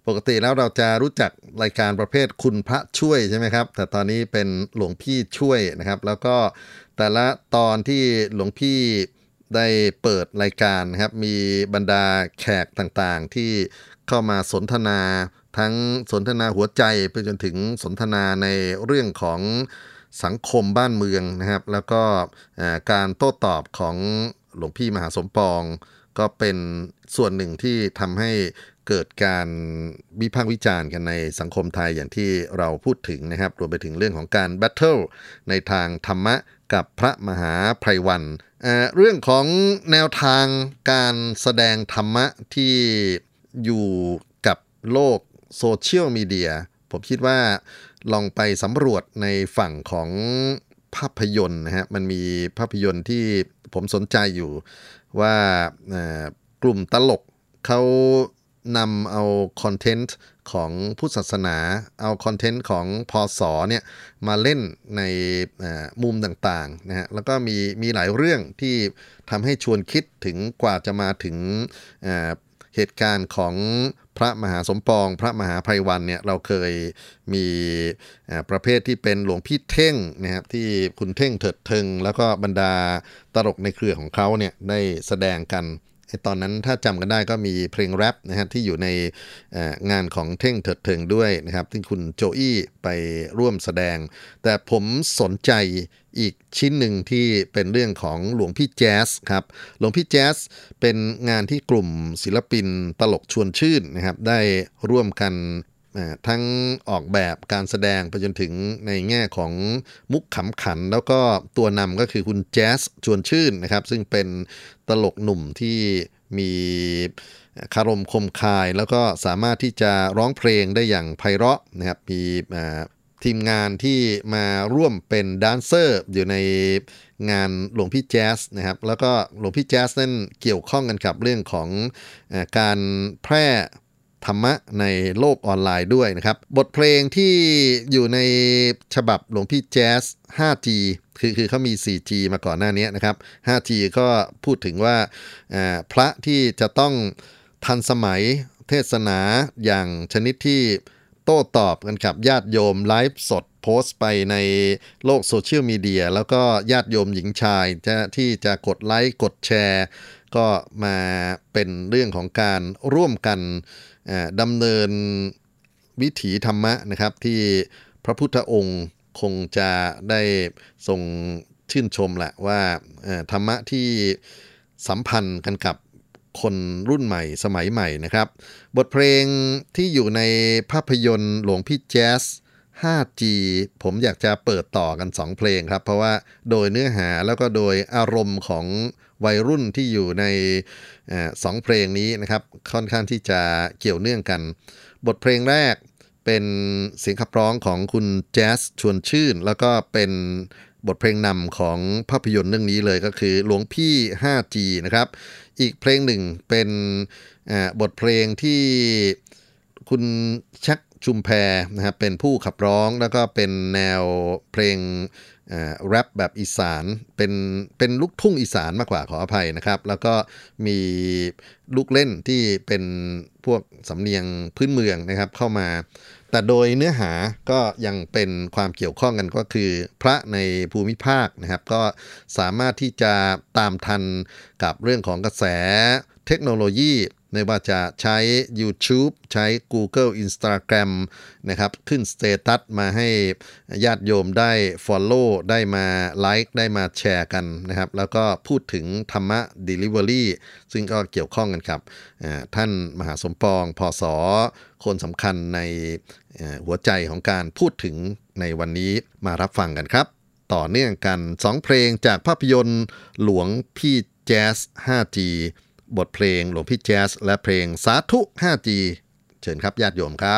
ปกติแล้วเราจะรู้จักรายการประเภทคุณพระช่วยใช่ไหมครับแต่ตอนนี้เป็นหลวงพี่ช่วยนะครับแล้วก็แต่ละตอนที่หลวงพี่ได้เปิดรายการนะครับมีบรรดาแขกต่างๆที่เข้ามาสนทนาทั้งสนทนาหัวใจไปจนถึงสนทนาในเรื่องของสังคมบ้านเมืองนะครับแล้วก็การโต้ตอบของหลวงพี่มหาสมปองก็เป็นส่วนหนึ่งที่ทำให้เกิดการวิพากษ์วิจารณ์กันในสังคมไทยอย่างที่เราพูดถึงนะครับรวมไปถึงเรื่องของการแบทเทิลในทางธรรมะกับพระมหาไพรวันเอ่อเรื่องของแนวทางการแสดงธรรมะที่อยู่กับโลกโซเชียลมีเดียผมคิดว่าลองไปสำรวจในฝั่งของภาพยนตร์นะฮะมันมีภาพยนตร์ที่ผมสนใจอยู่ว่ากลุ่มตลกเขานำเอาคอนเทนต์ของพุทธศาสนาเอาคอนเทนต์ของพศเนี่ยมาเล่นในมุมต่างๆนะฮะแล้วก็มีมีหลายเรื่องที่ทำให้ชวนคิดถึงกว่าจะมาถึงเหตุการณ์ของพระมหาสมปองพระมหาไพรวันเนี่ยเราเคยมีประเภทที่เป็นหลวงพี่เท่งนะครับที่คุณเท่งเถิดเทิงแล้วก็บรรดาตลกในเครือของเขาเนี่ยได้แสดงกันตอนนั้นถ้าจำกันได้ก็มีเพลงแรปนะฮะที่อยู่ในงานของเท่งเถิดเทิงด้วยนะครับที่คุณโจอี้ไปร่วมแสดงแต่ผมสนใจอีกชิ้นหนึ่งที่เป็นเรื่องของหลวงพี่แจ๊สครับหลวงพี่แจ๊สเป็นงานที่กลุ่มศิลปินตลกชวนชื่นนะครับได้ร่วมกันทั้งออกแบบการแสดงไปจนถึงในแง่ของมุกขำขันแล้วก็ตัวนำก็คือคุณแจ๊สชวนชื่นนะครับซึ่งเป็นตลกหนุ่มที่มีคารมคมคายแล้วก็สามารถที่จะร้องเพลงได้อย่างไพเราะนะครับมีทีมงานที่มาร่วมเป็นแดนเซอร์อยู่ในงานหลวงพี่แจ๊สนะครับแล้วก็หลวงพี่แจ๊สนั่นเกี่ยวข้องกันกับเรื่องของการแพร่ธรรมะในโลกออนไลน์ด้วยนะครับบทเพลงที่อยู่ในฉบับหลวงพี่แจ๊ส ไฟว์จี คือคือเขามี โฟร์จี มาก่อนหน้านี้นะครับ ไฟว์จี ก็พูดถึงว่าพระที่จะต้องทันสมัยเทศนาอย่างชนิดที่โต้ตอบกันกับญาติโยมไลฟ์สดโพสต์ไปในโลกโซเชียลมีเดียแล้วก็ญาติโยมหญิงชายจะที่จะกดไลค์กดแชร์ก็มาเป็นเรื่องของการร่วมกันดำเนินวิถีธรรมะนะครับที่พระพุทธองค์คงจะได้ทรงชื่นชมแหละว่าธรรมะที่สัมพันธ์กันกับคนรุ่นใหม่สมัยใหม่นะครับบทเพลงที่อยู่ในภาพยนตร์หลวงพี่แจ๊ส ไฟว์จี ผมอยากจะเปิดต่อกันสองเพลงครับเพราะว่าโดยเนื้อหาแล้วก็โดยอารมณ์ของวัยรุ่นที่อยู่ในสองเพลงนี้นะครับค่อนข้างที่จะเกี่ยวเนื่องกันบทเพลงแรกเป็นเสียงขับร้องของคุณแจ๊สชวนชื่นแล้วก็เป็นบทเพลงนำของภาพยนตร์เรื่องนี้เลยก็คือหลวงพี่ ไฟว์จี นะครับอีกเพลงหนึ่งเป็นบทเพลงที่คุณชักชุมแพนะครับเป็นผู้ขับร้องแล้วก็เป็นแนวเพลงแรปแบบอีสานเป็นเป็นลูกทุ่งอีสานมากกว่าขออภัยนะครับแล้วก็มีลูกเล่นที่เป็นพวกสำเนียงพื้นเมืองนะครับเข้ามาแต่โดยเนื้อหาก็ยังเป็นความเกี่ยวข้องกันก็คือพระในภูมิภาคนะครับก็สามารถที่จะตามทันกับเรื่องของกระแสเทคโนโลยีไม่ว่าจะใช้ YouTube ใช้ Google Instagram นะครับขึ้นสเตตัสมาให้ญาติโยมได้ Follow ได้มาไลค์ได้มาแชร์กันนะครับแล้วก็พูดถึงธรรมะ Delivery ซึ่งก็เกี่ยวข้องกันครับท่านมหาสมปองพศคนสำคัญในหัวใจของการพูดถึงในวันนี้มารับฟังกันครับต่อเนื่องกันสองเพลงจากภาพยนตร์หลวงพี่แจ๊ส ไฟว์จีบทเพลงหลวงพี่แจ๊สและเพลงสาธุ ไฟว์จี เชิญครับญาติโยมครับ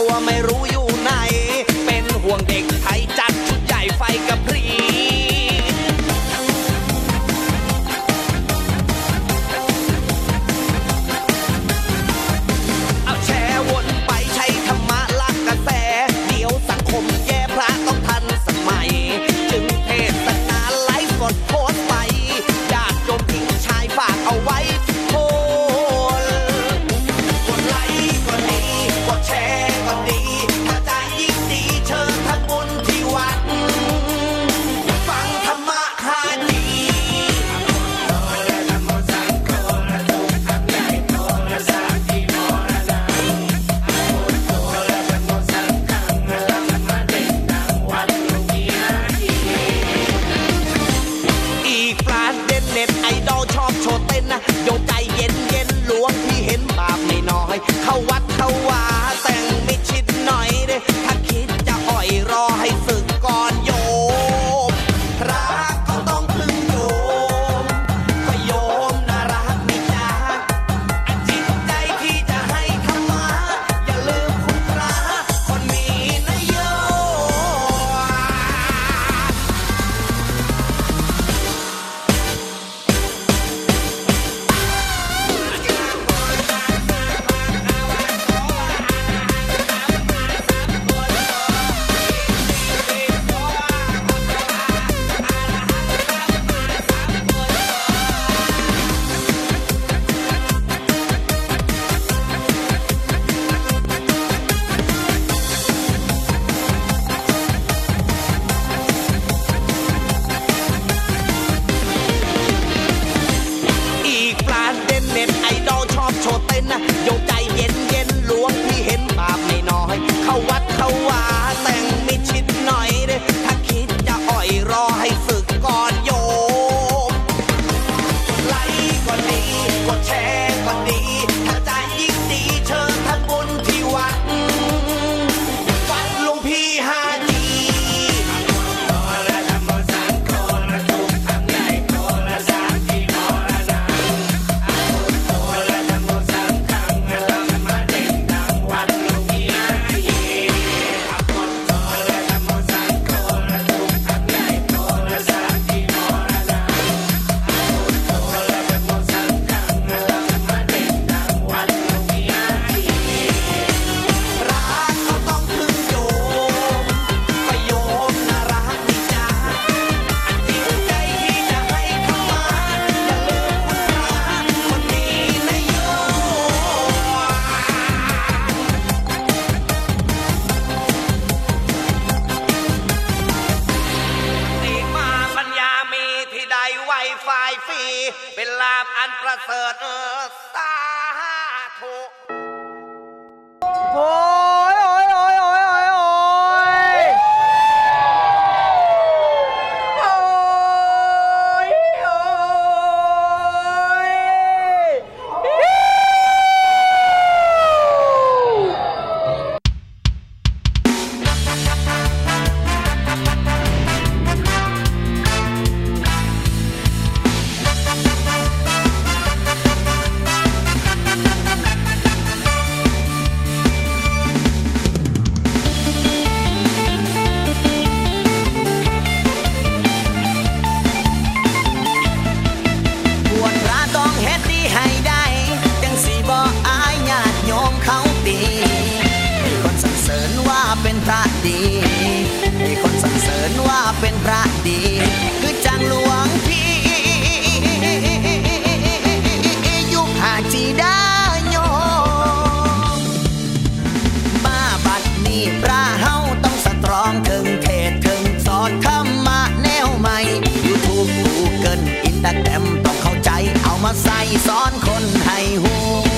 ว่าไม่รู้อยู่ไหนเป็นห่วงเด็กไทยจัดชุดใหญ่ไฟกระพริบเอาแชร์วนไปใช้ธรรมะลักกระแสเดี๋ยวสังคมแย่พระต้องทันสมัยจึงเทศนาไลฟ์สดโพสต์ไปญาติโยมทิ้งชายฝากเอาไว้โพลกดไลค์ก็ดีกดแชร์ก็ดีถ้าใจยิ่งดีเชิญทำบุญที่วัดฟังธรรมะคาดีอีกประเด็นเน็ตไอดอลชอบโชว์เต้นนะโยใจเย็นเย็นหลวงพี่เห็นบาปไม่น้อยเข้าวัดเข้าวาแต่งไม่ชิดหน่อยเด้ถ้าคิดจะอ่อยรอให้สึกก่อนโยมพระก็ต้องพึ่งโยมก็โยมน่ารักไม่จ้าจิตใจที่จะให้ธรรมะอย่าลืมคุณพระคนมีนะโยอีกประเด็นเน็ตไอดอลชอบโชว์เต้นนะโยใจเย็นเย็นหลวงพี่เห็นบาปไม่น้อยเข้าวัดเข้าวาแต่งไม่ชิดหน่อยเด้ถ้าคิดจะอ่อยรอให้สึกก่อนโยมไลค์ก็ดีกดแชร์ก็ดีถ้าใจยิ่งดีเชิญทำบุญที่วัดวัดหลวงพี่ฮาดี เป็นลาภอันประเสริฐเออสาธุโอ้ยโอ้ยโอ้ยโอ้ยโอ้ยโอ้ยโอ้ยโอ้เป็นพระดีให้คนสรรเสริญว่าเป็นพระดีคือจังหลวงพี่ยุคหาจีดาโยมาบัดนี้พระเฮาต้องสตรองถึงเทศถึงสอนธรรมะแนวใหม่ YouTube Google Instagram ต้องเข้าใจเอามาใส่สอนคนให้ฮู้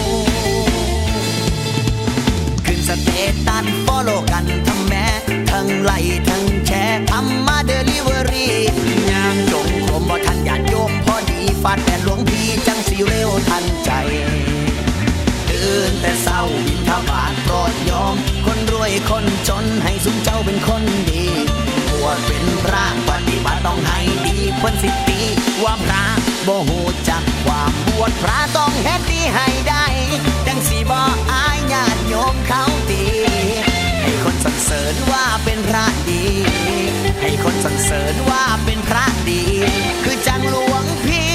สเตตัสฟอลโล่กันทั้งแม่ทั้งไลค์ทั้งแชร์ทำมาเดลิเวอรี่ยามจงกรมบ่ทันญาติโยมพอดีฟาดแผ่นหลวงพี่จังสิเร็วทันใจตื่นแต่เศร้าบิณฑบาตโปรดยอมคนรวยคนจนให้สุนเจ้าเป็นคนดีบวชเป็นพระปฏิบัติต้องให้ดีเพิ่นสิตีว่าพระบ่ฮู้จักความบวชพระต้องเฮ็ดดีให้ได้จังสิบ่อายญาติโยมเขาตีคนสรรเสริญว่าเป็นพระดีคือจังหลวงพี่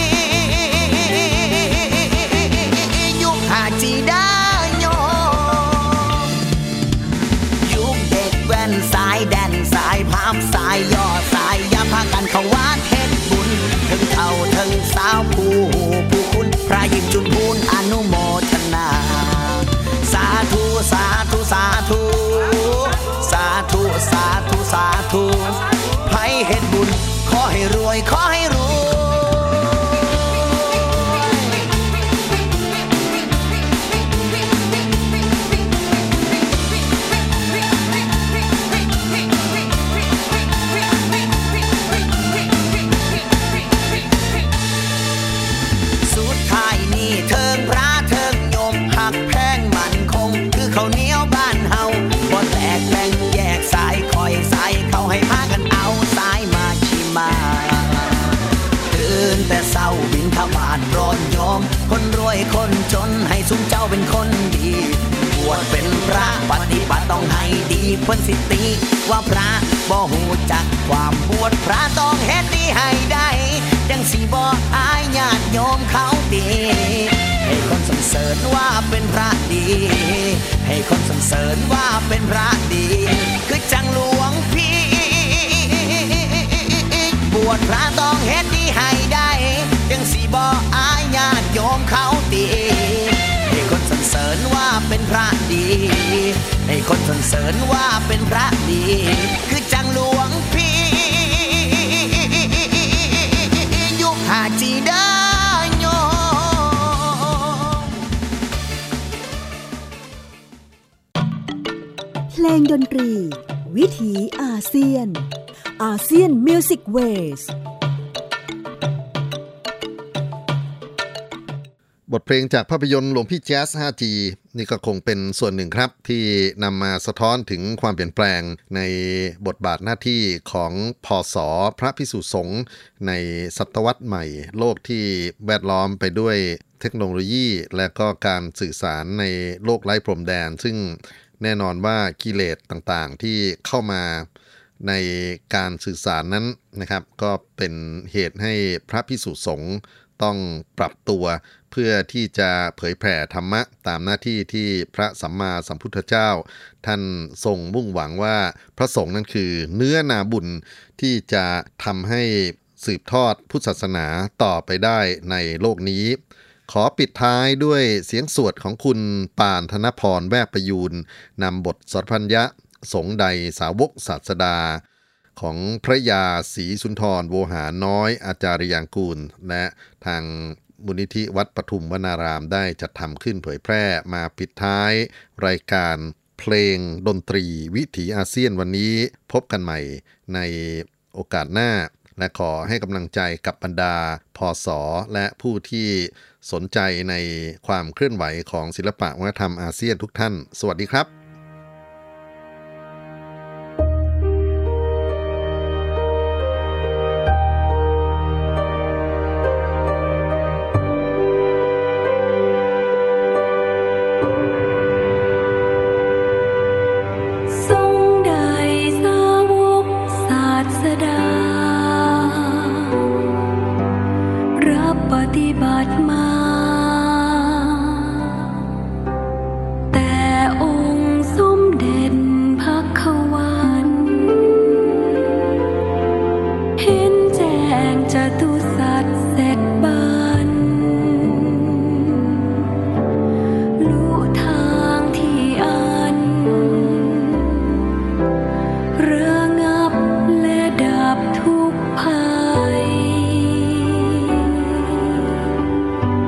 ยุคหาจีได้โยยุคเด็กแว่นสายแดนสายพามสายย่อสายยาพากันเขาวาดเฮ็ดบุญถึงเขาถึงสาวผู้ผู้คุณพระยิมจุนพูนอนุโมทนาสาธุสาธุสาธุสาธุสาธุสาธุให้เฮ็ดบุญขอให้รวยขอให้รวยสุดท้ายนี่เทิงพระเทิงโยมหักแพงมันคงคือข้าวเหนียวบ้านเฮาบ่แตกแบ่งแยกสายคอยสายเขาให้พากันเอาสายมาชิมาตื่นแต่เศร้าบินทบาทร้อนยอมคนรวยคนจนให้สุมเจ้าเป็นคนดีบวชเป็นพระปฏิบัติต้องให้ดีเพิ่นสิติว่าพระบ่ฮู้จักความบวชพระต้องเฮ็ดดีให้ได้จังสิบ่อายญาติโยมเขาดีให้คนสรรเสริญว่าเป็นพระดีให้คนสรรเสริญว่าเป็นพระดีคือจังหลวงพี่บวชพระต้องเฮ็ดดีให้ได้จังสิบ่อายญาติโยมเขาดีให้คนสรรเสริญว่าเป็นพระดีให้คนสรรเสริญว่าเป็นพระดีคือจังหลวงพี่ยุคหาจีได้โยเพลงดนตรีวิถีอาเซียนอาเซียนมิวสิกเวสบทเพลงจากภาพยนตร์หลวงพี่แจ๊ส ไฟว์ จี นี่ก็คงเป็นส่วนหนึ่งครับที่นำมาสะท้อนถึงความเปลี่ยนแปลงในบทบาทหน้าที่ของพศพระภิกษุสงฆ์ในศตวรรษใหม่โลกที่แวดล้อมไปด้วยเทคโนโลยีและก็การสื่อสารในโลกไร้พรมแดนซึ่งแน่นอนว่ากิเลสต่างๆที่เข้ามาในการสื่อสารนั้นนะครับก็เป็นเหตุให้พระภิกษุสงฆ์ต้องปรับตัวเพื่อที่จะเผยแผ่ธรรมะตามหน้าที่ที่พระสัมมาสัมพุทธเจ้าท่านทรงมุ่งหวังว่าพระสงฆ์นั้นคือเนื้อนาบุญที่จะทำให้สืบทอดพุทธศาสนาต่อไปได้ในโลกนี้ขอปิดท้ายด้วยเสียงสวดของคุณปานธนพรแวกประยูนนำบทสรพัญญะสงฆ์ใดสาวกศาสดาของพระยาศรีสุนทรโวหารน้อยอาจารยางกูลและทางมูลนิธิวัดปทุมวนารามได้จัดทำขึ้นเผยแพร่มาปิดท้ายรายการเพลงดนตรีวิถีอาเซียนวันนี้พบกันใหม่ในโอกาสหน้าและขอให้กำลังใจกับบรรดาพศและผู้ที่สนใจในความเคลื่อนไหวของศิลปะวัฒนธรรมอาเซียนทุกท่านสวัสดีครับปฏิบัติมาแต่องค์สมเด็จพระขวันเห็นแจ้งจตุสัจเสร็จบันรู้ทางที่อันระงับและดับทุกภัย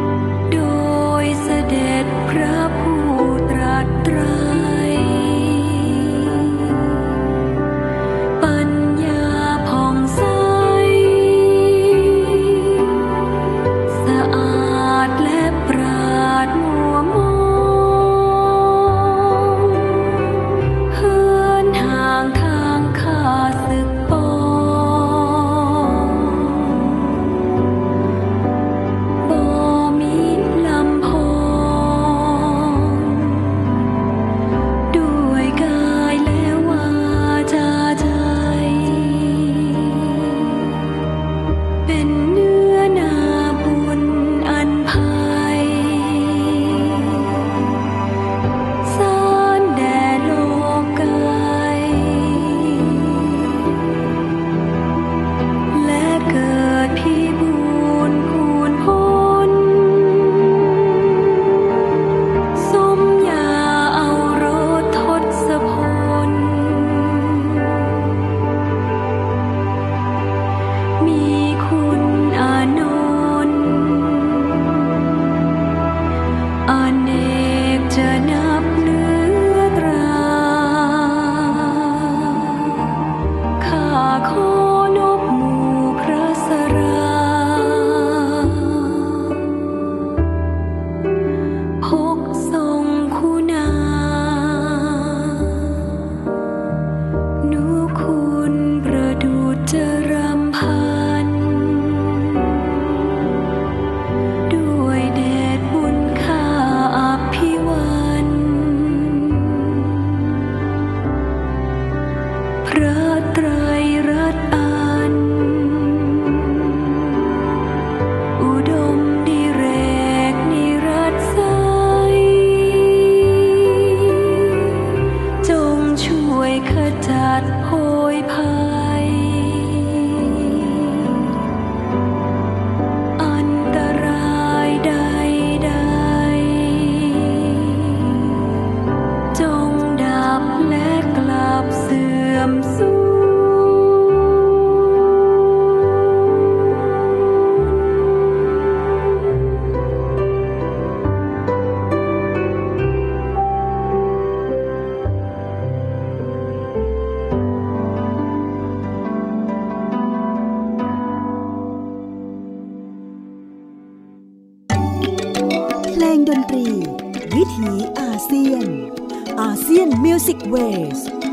พระไตรรัตน์อันอุดมดิเรกนิรัตไสยจงช่วยขจัดโพยภัยอันตรายใดๆจงดับและกลับเสื่อมสูญเพลงดนตรีวิถีอาเซียนอาเซียนมิวสิกเวส